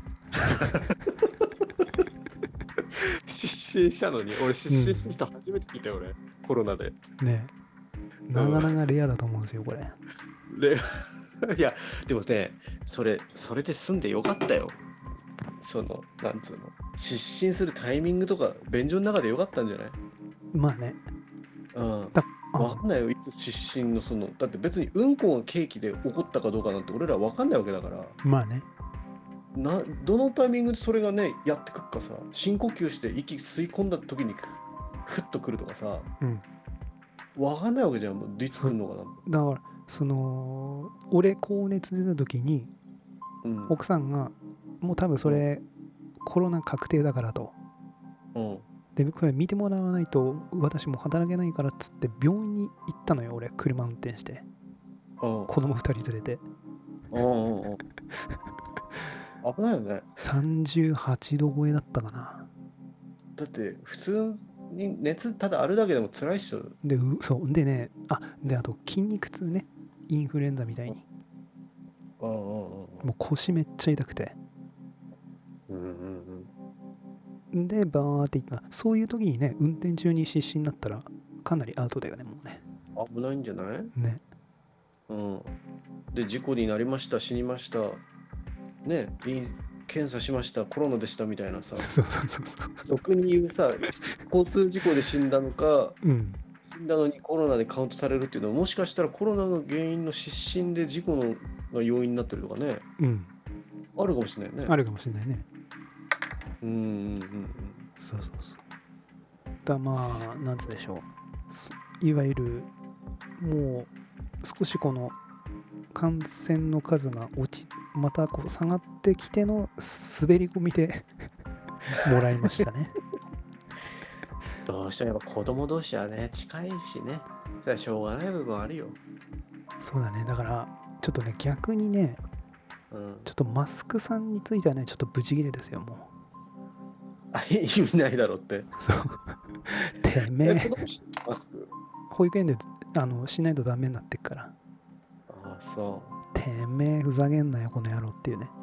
B: 失神したのに、俺失神した人初めて聞いたよ、俺。コロナで。
A: ねえ。なかなかレアだと思うんですよ、これ。
B: で、いや、でもね、それ、それで済んでよかったよ。その、なんつうの。失神するタイミングとか、便所の中でよかったんじゃない？
A: まあね。
B: うん。
A: だ
B: わかんないよ、いつ失神のその、だって別にうんこが契機で起こったかどうかなんて俺らわかんないわけだから、
A: まあね。
B: な、どのタイミングでそれがね、やってくっかさ、深呼吸して息吸い込んだ時にふっとくるとかさ、
A: うん。
B: わかんないわけじゃん、もういつ来んのかなんて。
A: だから、その、俺、高熱出た時に、
B: うん。
A: 奥さんが、もう多分それ、コロナ確定だからと。
B: うん。
A: で、これ見てもらわないと、私も働けないからっつって、病院に行ったのよ、俺、車運転して。
B: うん。
A: 子供ふたり連れて。
B: うんうんうん。危ないよね。
A: さんじゅうはちど超えだったかな。
B: だって普通に熱ただあるだけでも辛いっしょ。
A: で、うそう。でね、あ、で、あと筋肉痛ね。インフルエンザみたいに。
B: うんうんうん
A: もう腰めっちゃ痛くて。
B: うんうんうん。
A: で、バーっていった。そういう時にね、運転中に失神になったら、かなりアウトだよね、もうね。
B: 危ないんじゃない？
A: ね。
B: うん。で、事故になりました、死にました。ね、いい検査しました、コロナでしたみたいなさ、
A: そうそうそうそう。
B: 俗に言うさ、交通事故で死んだのか、
A: うん。
B: 死んだのにコロナでカウントされるっていうのは、もしかしたらコロナの原因の失神で事故のが要因になってるとかね、
A: うん。
B: あるかもしれないね。
A: あるかもしれないね。
B: うんうんうんうん。
A: そうそうそう。だまあ、なんつうでしょう。いわゆる、もう、少しこの感染の数が落ち、またこう下がってきての滑り込みでもらいましたね。
B: どうしてもやっぱ子供同士はね、近いしね。それはしょうがない部分あるよ。
A: そうだね。だから、ちょっとね、逆にね、
B: うん。
A: ちょっとマスクさんについてはね、ちょっとブチギレですよ、も
B: あ、意味ないだろって。
A: う。そう。てめ
B: え、
A: え、
B: 子供知ってます？
A: 保育園であのしないとダメになってっから。
B: ああ、そ
A: てめえ、ふざけんなよ、この野郎っていうね。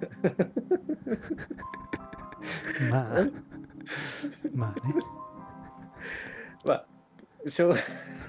A: まあ、
B: う。
A: まあね。
B: まあ、しょうが、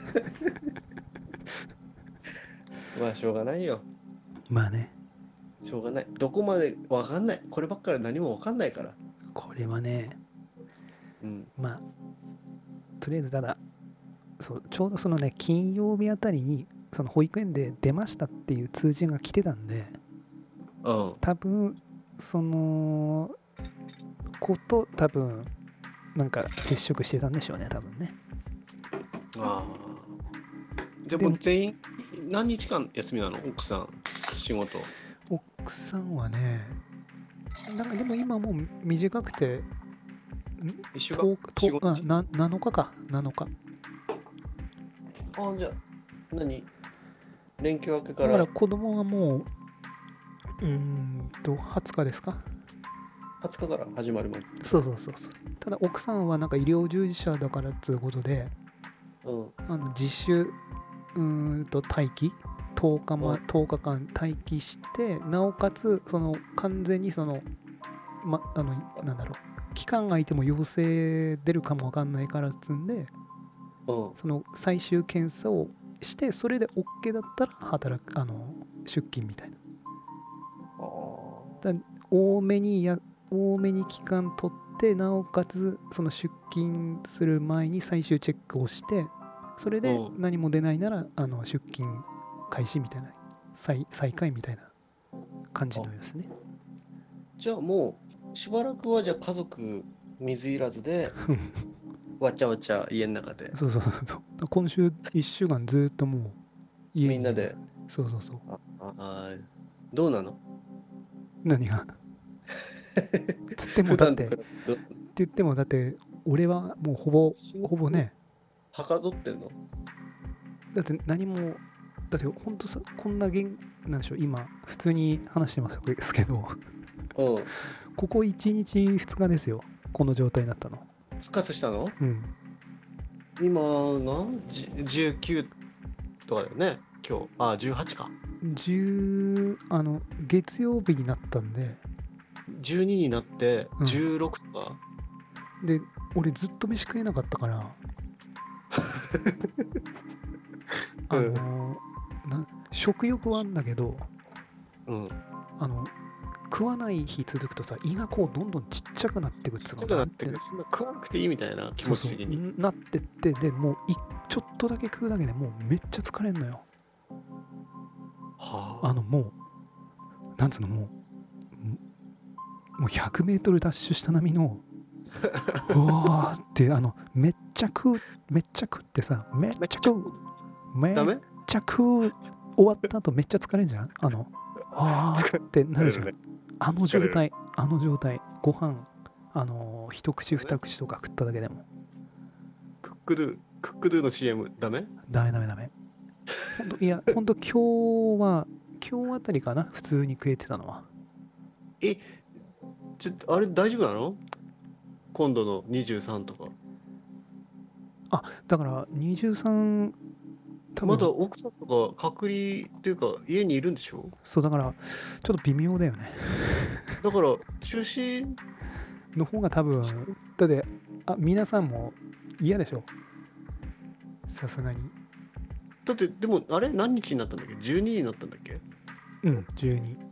B: まあ、しょうがないよ。
A: まあね。
B: しょうがない。どこまでわかんない。こればっかり何もわかんないから。
A: これはね、
B: うん。
A: まあ、とりあえずただ、そうちょうどそのね、金曜日あたりに、その保育園で出ましたっていう通知が来てたんで、
B: うん。
A: 多分、その、子と多分、なんか接触してたんでしょうね、多分ね。
B: ああ。で
A: でも、
B: も全員、何日間休みなの？奥さん、仕事。
A: 奥さんはね、なんかでも今もう短くて、
B: 一週間
A: とおか、と、あ、
B: 仕事。
A: な、なのかか、なのか。
B: ああ、じゃあ、何連休明けか
A: だから
B: ら
A: 子供はもう、うーんと、はつかですか？
B: はつかから始まるもん。
A: そうそうそうそう。ただ奥さんはなんか医療従事者だからっつうことで、
B: うん。
A: あの自主うーんと待機とおか、ま、
B: うん
A: とおかかん待機して、なおかつその完全にその、ま、あのなんだろう、期間空いても陽性出るかもわかんないからっつんで、
B: うん。
A: その最終検査をして、それで OK だったら働く、あの出勤みたいな。
B: ああ。
A: だ多めにや多めに期間取って、なおかつその出勤する前に最終チェックをして、それで
B: うん。
A: 何も出ないならあの出勤開始みたいな、再再開みたいな感じの様子ね。
B: じゃあもうしばらくはじゃあ家族水入らずでわちゃわちゃ家の中で
A: そうそうそうそう。今週いっしゅうかんずっともう家に
B: みんなで。
A: そうそうそう。
B: ああどうなの？
A: 何がつってもだってって言ってもだって俺はもうほぼほぼね
B: はかどってんの？
A: だって何もだってほんとさこんなげんなんでしょう今普通に話してますけど、うん、ここいちにちふつかですよこの状態になったの。
B: 復活したの？
A: うん。
B: 今何じゅうきゅうとかだよね今日。あじゅうはちか。
A: じゅうあの月曜日になったんで
B: じゅうにになってじゅうろくとか、
A: うん、で俺ずっと飯食えなかったからあのー、な食欲はあんだけど、
B: うん、
A: あの食わない日続くとさ胃がこうどんどんちっちゃくなってくって
B: ちっちゃくなってくそんな食わなくていいみたいな気持ち的に
A: そうそうなってってでもういちょっとだけ食うだけでもうめっちゃ疲れんのよ。はあ、あのもうなんつうのもうもうひゃくメートルダッシュした波のうわーってあのめっちゃ食うめっちゃ食ってさめっちゃ食うめっちゃ食う終わった後めっちゃ疲れんじゃんあのあーってなるじゃん、ね、あの状態あの状態ご飯あのー、一口二口とか食っただけでも
B: クックドゥクックドゥの シーエム ダメ？
A: ダメダメダメほんといやほんと今日は今日あたりかな普通に食えてたのは。
B: えちょっとあれ大丈夫なの？今度のにじゅうさんとか。
A: あだからにじゅうさん
B: まだ奥さんとか隔離っていうか家にいるんでしょ？
A: そうだからちょっと微妙だよね
B: だから中止
A: の方が多分だってあ皆さんも嫌でしょさすがに。
B: だってでもあれ何日になったんだっけ？じゅうにになったんだっけ？
A: うんじゅうに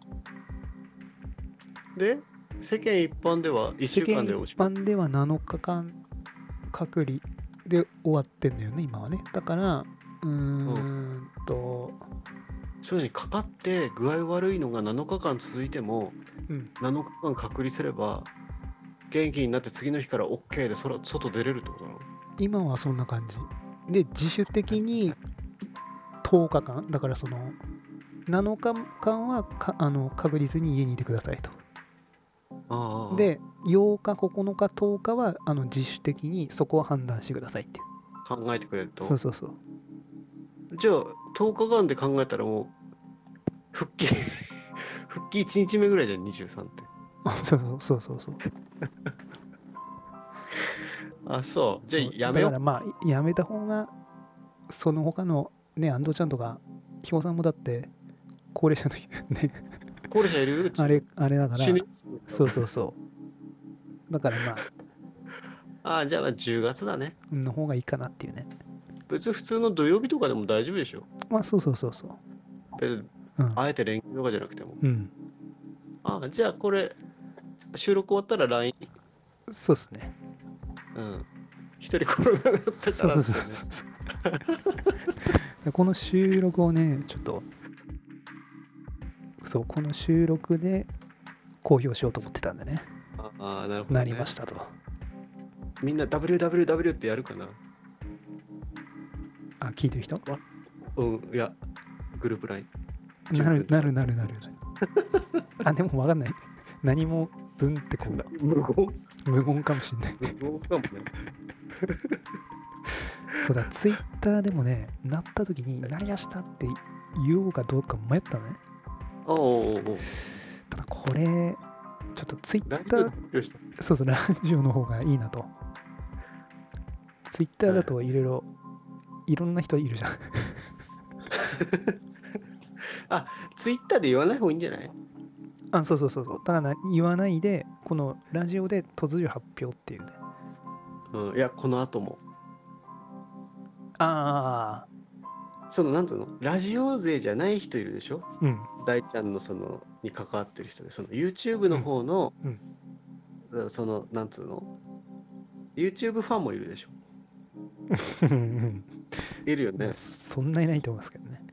B: で世間一般ではいっしゅうかんで
A: おしまい。世間一般ではなのかかん隔離で終わってんだよね今はね。だからうーんと、
B: うん、そういうのにかかって具合悪いのがなのかかん続いても、うん、なのかかん隔離すれば元気になって次の日から OK でそら外出れるってことなの？
A: 今はそんな感じで自主的にとおかかんだからそのなのかかんはかあの確実に家にいてくださいと。
B: あ
A: でようかここのかとおかはあの自主的にそこを判断してくださいって
B: 考えてくれると。
A: そうそうそう。
B: じゃあとおかかんで考えたらもう復帰復帰いちにちめぐらいじゃんにじゅうさんって
A: あそうそうそうそうそう
B: あそうじゃあやめよう。
A: だからまあやめた方がその他のね安藤ちゃんとかひょうさんもだって高齢者のね
B: 高齢者いる
A: あれあれだからそうそうそうだからま
B: ああじゃあじゅうがつだね
A: の方がいいかなっていうね。
B: 別に普通の土曜日とかでも大丈夫でしょ。
A: まあそうそうそうそう
B: 別に、うん、あえて連休とかじゃなくても、
A: うん、
B: ああじゃあこれ収録終わったら ライン
A: そうですね。
B: うん一人コロナだったから、ね、そうそうそう
A: そうこの収録をねちょっとそうこの収録で公表しようと思ってたんでね。
B: ああなるほど、ね、
A: なりましたと。
B: みんな ダブリューダブリューダブリュー ってやるかな。
A: あ聞いてる人？
B: うんいやグループ ライン
A: なるなるなるなるあでも分かんない何も文ってこう
B: 無言
A: 無言かもしんない
B: 無言かもね
A: そうだツイッターでもねなった時になりやしたって言おうかどうか迷ったのね。
B: おおお
A: ただこれちょっとツイッターそうそうラジオの方がいいなと。ツイッターだといろいろいろんな人いるじゃん
B: あツイッターで言わない方がいいんじゃない？
A: あそうそうそうそうだから言わないでこのラジオで突如発表っていうね。
B: うんいやこの後も
A: ああ
B: そのなんていうのラジオ勢じゃない人いるでしょ。
A: うん
B: 大ちゃんのそのに関わってる人でその YouTube の方の、うんうん、そのなんつうの YouTube ファンもいるでしょいるよね。
A: そんなにないと思いますけどね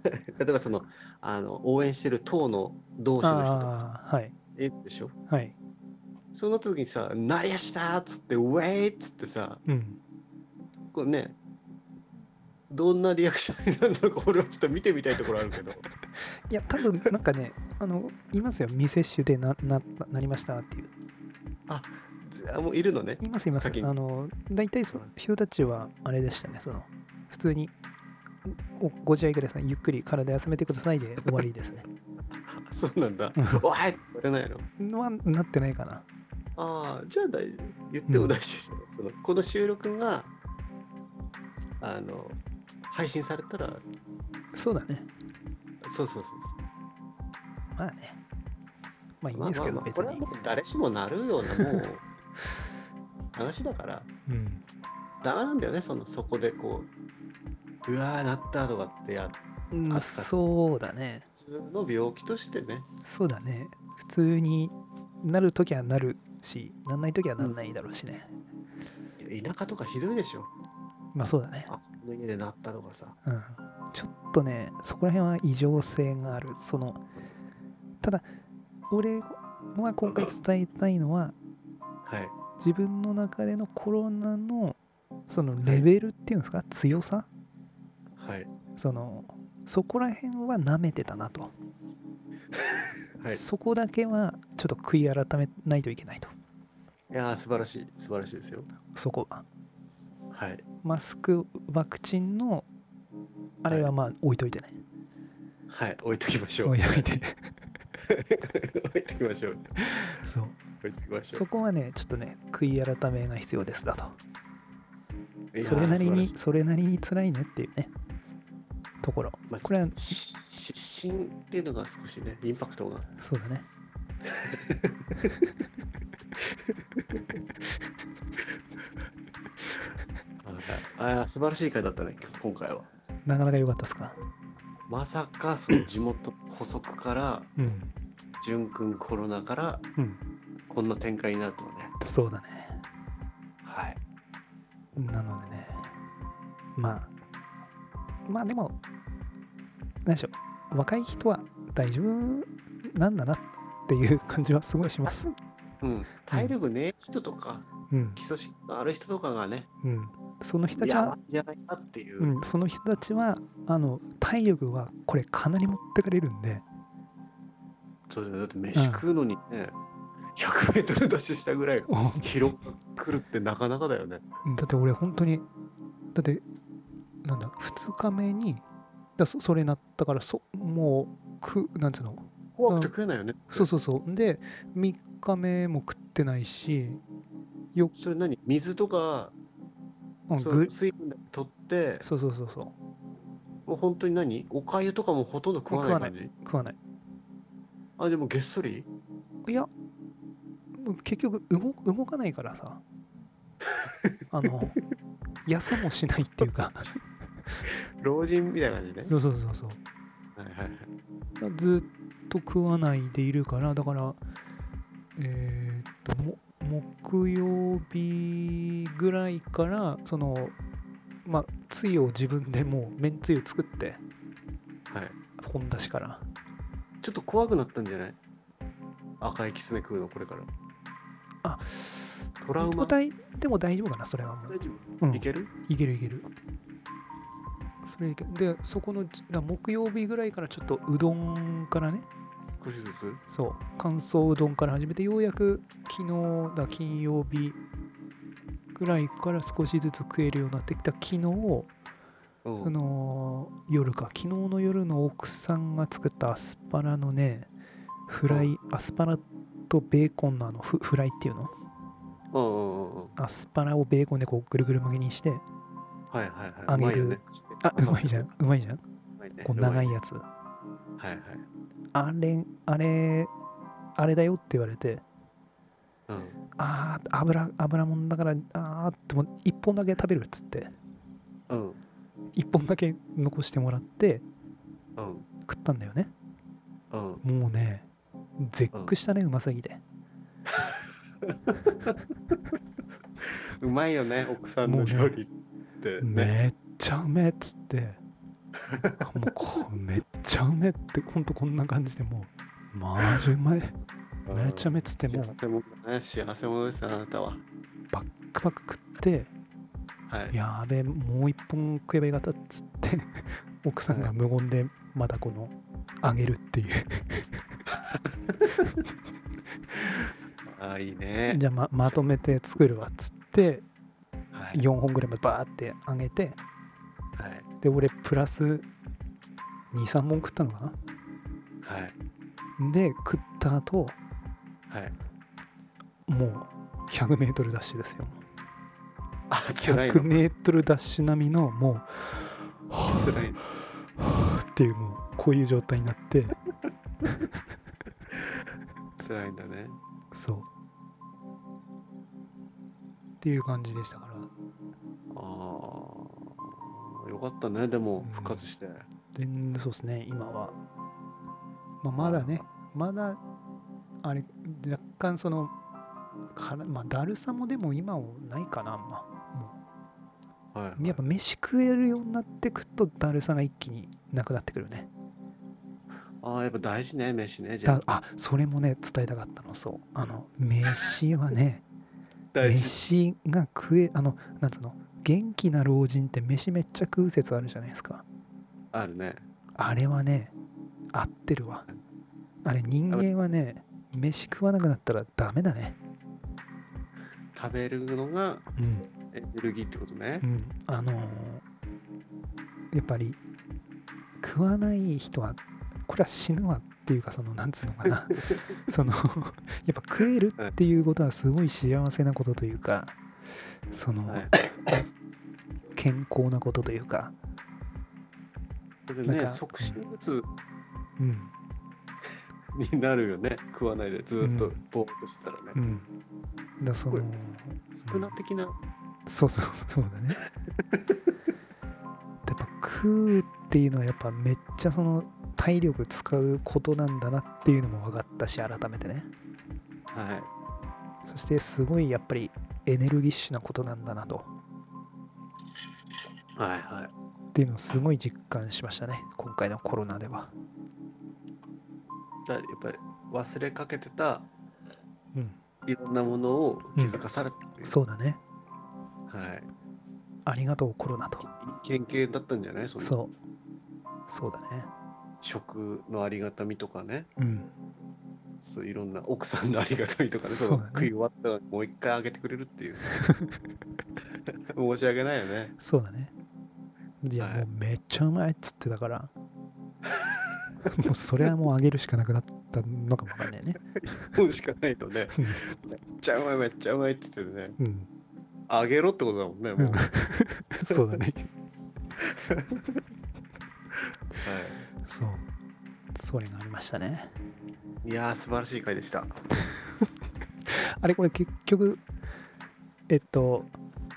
B: 例えばその、あの、応援してる党の同士の人とかさ、
A: ああ、はい。
B: いるでしょ。
A: はい。
B: その時にさ、なりやしたーっつって、ウェイっつってさ、
A: うん。
B: こうね、どんなリアクションになるのか、俺はちょっと見てみたいところあるけど。
A: いや、多分なんかね、あの、いますよ。未接種でな、な、なりましたっていう。
B: あ、ずあもういるのね、
A: います、います。
B: 先に。
A: あの、大体そう人たちはあれでしたね。その、普通におごじあいぐらいですね、ゆっくり体休めてくださいで終わりですね。
B: そうなんだ。おいって言われないの？
A: はなってないかな。
B: ああ、じゃあ大丈夫。言っても大丈夫。そのこの収録が、あの、配信されたら、
A: そうだね。
B: そうそうそう。
A: まあね。まあいいん
B: まあ
A: ですけど、
B: まあまあ、
A: 別に。
B: これはもう誰しもなるようなもう話だから、
A: うん。
B: ダメなんだよね、そのそこでこう、うわーなったとかってや
A: うん
B: あった
A: そうだね。
B: 普通の病気としてね。
A: そうだね。普通になるときはなるし、なんないときはなん
B: うん。
A: ないだろうしね。
B: 田舎とかひどいでしょ。
A: まあそうだね。
B: あそこの家でなったとかさ。
A: うん。ちょっとね、そこら辺は異常性がある。その、ただ、俺は今回伝えたいのは、
B: はい。
A: 自分の中でのコロナのその
B: はい。
A: レベルっていうんですか、強さ、
B: はい。
A: その、そこら辺は舐めてたなと。
B: はい。
A: そこだけはちょっと悔い改めないといけないと。
B: いやー、素晴らしい。素晴らしいですよ。
A: そこは。
B: はい。
A: マスク、ワクチンの、あ
B: はい。
A: れはまあ置いといてね。
B: はい。置いときましょう。
A: 置いと
B: はいい。
A: て。
B: 置いときましょう。
A: そう。
B: 置いときましょ
A: そこはね、ちょっとね、悔い改めが必要ですだと。
B: う。いや
A: それな
B: ー、素
A: りに、
B: 晴らしい。
A: それなりに辛いねっていうね、ところ。
B: まあ、
A: これは、
B: し失神っていうのが少しね、インパクトが。
A: そうだね。
B: はい。ああ、素晴らしい回だったね、今回は。
A: なかなか良かったですか。
B: まさか、その地元補足から、
A: うん。
B: 淳君コロナから、
A: うん。
B: こんな展開になるとはね。
A: そうだね。
B: はい。
A: なのでね、まあ、まあでも、何でしょう、若い人は大丈夫なんだなっていう感じはすごいします。
B: うん。体力ねえ人とか、
A: うん。
B: 基礎疾患ある人とかがね、
A: うん。その人たちは
B: やばい、んじゃないかっていう。
A: うん、その人たちは、あの、体力はこれかなり持ってかれるんで。
B: そうだよ、だって飯食うのにね、ひゃくメートルダッシュしたぐらい疲労が来るってなかなかだよね。
A: だって俺本当に、だって、なんだ、ふつかめに、だそそれなったから、そもう、く、なんつうの、
B: 怖くて食えないよね。
A: そうそうそう。で、みっかめも食ってないし、よ
B: それ何水とか、
A: うん
B: そう
A: ぐ
B: 水分だけ取って、
A: そうそうそうそう。
B: もう本当に何お粥とかもほとんど食わない感じ？
A: 食わない。
B: あ、でもげっそり？
A: いや、結局動、動かないからさ、あの、痩せもしないっていうか、
B: 老人みたいな感じね。
A: そうそうそうそう。
B: はいはいはい。
A: ずっと食わないでいるから、だから、えーっと、も木曜日ぐらいから、その、まあ、つゆを自分でもう、めんつゆ作って、
B: はい。
A: 本出しから。
B: ちょっと怖くなったんじゃない？赤いキツネ食うのこれから。
A: あ、
B: トラウマ？
A: でもでも大丈夫かな、それはもう。
B: 大丈夫？
A: うん、
B: いける？
A: いけるいける。それいけで、そこのだ木曜日ぐらいからちょっとうどんからね、
B: 少しずつ？
A: そう、乾燥うどんから始めて、ようやく昨日だ、金曜日ぐらいから少しずつ食えるようになってきた昨日、
B: うん
A: あのー夜か、昨日の夜の奥さんが作ったアスパラのね、フライ、アスパラとベーコンのあのフフライっていうの
B: うんうんうんうん。
A: アスパラをベーコンでこうぐるぐる巻きにして
B: はいはいはい。
A: 揚げる。
B: うまいよね。
A: あ、うまいじゃん、うまいじゃん。
B: うまいね。
A: こう長いやつ。
B: はいはい。
A: あれ、あれ、あれだよって言われて、
B: うん。
A: あー、油、油もんだから、あーってもいっぽんだけ食べるっつって、
B: うん。
A: いっぽんだけ残してもらって、
B: うん。
A: 食ったんだよね。
B: うん。
A: もうね、絶句したね、うますぎて。
B: うまいよね、奥さんの料理ってね。
A: めっちゃうめえっつって。 もうこうめっちゃうめって、ほんとこんな感じでもうマジうまい、めちゃめちゃってもう
B: 幸せ者だね、幸せ者ですね、あなたは。
A: バックバック食って、
B: はい、
A: やべえもう一本食えばよかったっつって奥さんが無言でまたこのあげるっていう
B: ああいいね。
A: じゃあ ま, まとめて作るわっつって、
B: はい、
A: よんほんぐらいまでバーってあげて、
B: はい、
A: で俺プラスにさんぼん食ったのかな。
B: はい、
A: で食った後
B: はい。
A: もうひゃくメートルダッシュですよ。
B: あ、辛い
A: 100
B: の。
A: メートルダッシュ並みのもうは
B: 辛いの。
A: ぁはぁっていうもうこういう状態になって
B: 辛いんだね。
A: そうっていう感じでしたから。
B: ああ、よかったね、でも復活して。
A: 全然そうですね今は、まあ、まだね、まだあれ若干そのから、まあ、だるさもでも今はないかな、まあ、もう、
B: はいはい、
A: やっぱ飯食えるようになってくとだるさが一気になくなってくるね。
B: ああ、やっぱ大事ね、飯ね、じゃ
A: だあそれもね伝えたかったの。そうあの飯はね
B: 大事。
A: 飯が食えあのなんつうの元気な老人って飯めっちゃ食う説あるじゃないですか。
B: あるね。
A: あれはね合ってるわ。あれ人間はね飯食わなくなったらダメだね。
B: 食べるのが
A: うん
B: エネルギーってことね。
A: うん、あのーやっぱり食わない人はこれは死ぬわっていうか、そのなんつうのかなそのやっぱ食えるっていうことはすごい幸せなことというか、その、
B: はい。
A: 健康なことというか、
B: それでね、
A: なんか
B: 促進物
A: うん
B: になるよね。食わないでずっと
A: うん
B: ぼーっとしてたらね。
A: うんだその
B: すごい少な的な。
A: そうそうそうだねやっぱ食うっていうのはやっぱめっちゃその体力使うことなんだなっていうのも分かったし、改めてね。
B: はい。
A: そしてすごいやっぱりエネルギッシュなことなんだなと
B: はいはい。
A: っていうのをすごい実感しましたね、今回のコロナでは。
B: じゃあやっぱり忘れかけてた
A: うん
B: いろんなものを気づかされた、
A: うん、そうだね。
B: はい。
A: ありがとうコロナと。
B: いい経験だったんじゃない？その
A: そうそうだね。
B: 食のありがたみとかね。
A: うん
B: そういろんな奥さんのありがたみとかね。その
A: そうだね
B: 食い終わったらもう一回あげてくれるっていう申し訳ないよね。
A: そうだね。いや、
B: はい
A: もうめっちゃうまいっつってたからもうそれはもうあげるしかなくなったのかもわかんないね
B: そうしかないとね。めっちゃうまいめっちゃうまいって言ってね。
A: うん
B: あげろってことだもんね、もう。はい。
A: そうだねそうそれがありましたね。
B: いやー、素晴らしい回でした。
A: あれこれ結局えっと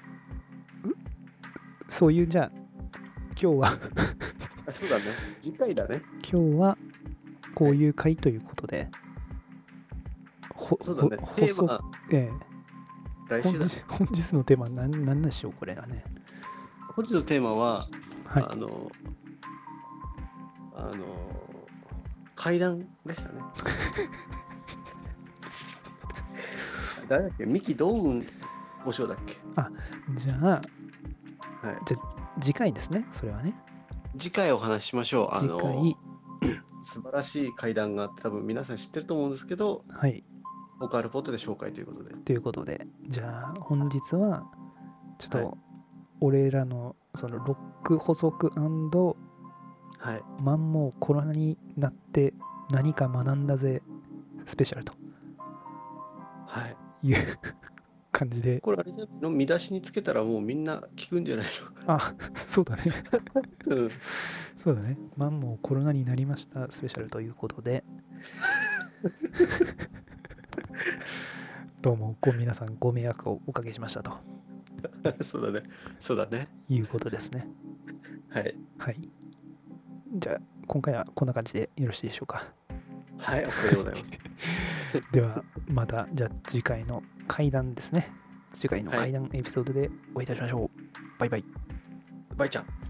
A: そういうじゃあ今日は
B: あ、そうだね。次回だね。
A: 今日はこういう回ということで、ほ
B: そうだね。
A: ほ
B: テーマ、
A: ええ、本
B: 来週だね。
A: 日本日のテーマは何何でしょうこれはね。
B: 本日のテーマは、
A: はい
B: あの、あの、階段でしたね。誰だっけ？三木道雲和尚だっけ？
A: じゃあ、
B: はい。
A: じゃあ次回ですね、それはね。
B: 次回お話ししましょう。あ
A: 次
B: の、
A: 回
B: 素晴らしい階段があって、多分皆さん知ってると思うんですけど、
A: はい
B: オカルポットで紹介ということで。
A: ということで、じゃあ本日はちょっ
B: はい
A: と俺らのそのロック補足&
B: はい。
A: マンモコロナになって何か学んだぜスペシャルと
B: はい。
A: いう感じで、
B: これあれじゃないの？見出しにつけたらもうみんな聞くんじゃない
A: あ、そうだね
B: の？うん。
A: そうだね。マンモコロナになりましたスペシャルということでどうもご皆さんご迷惑をおかけしましたと
B: そうだね。そうだね。
A: いうことですね。
B: はい。
A: はい。じゃあ今回はこんな感じでよろしいでしょうか。
B: はい、OK でございます。
A: ではまたじゃあ次回の怪談ですね。次回の怪談エピソードでお会いいたしましょう。バイバイ。
B: バイちゃん。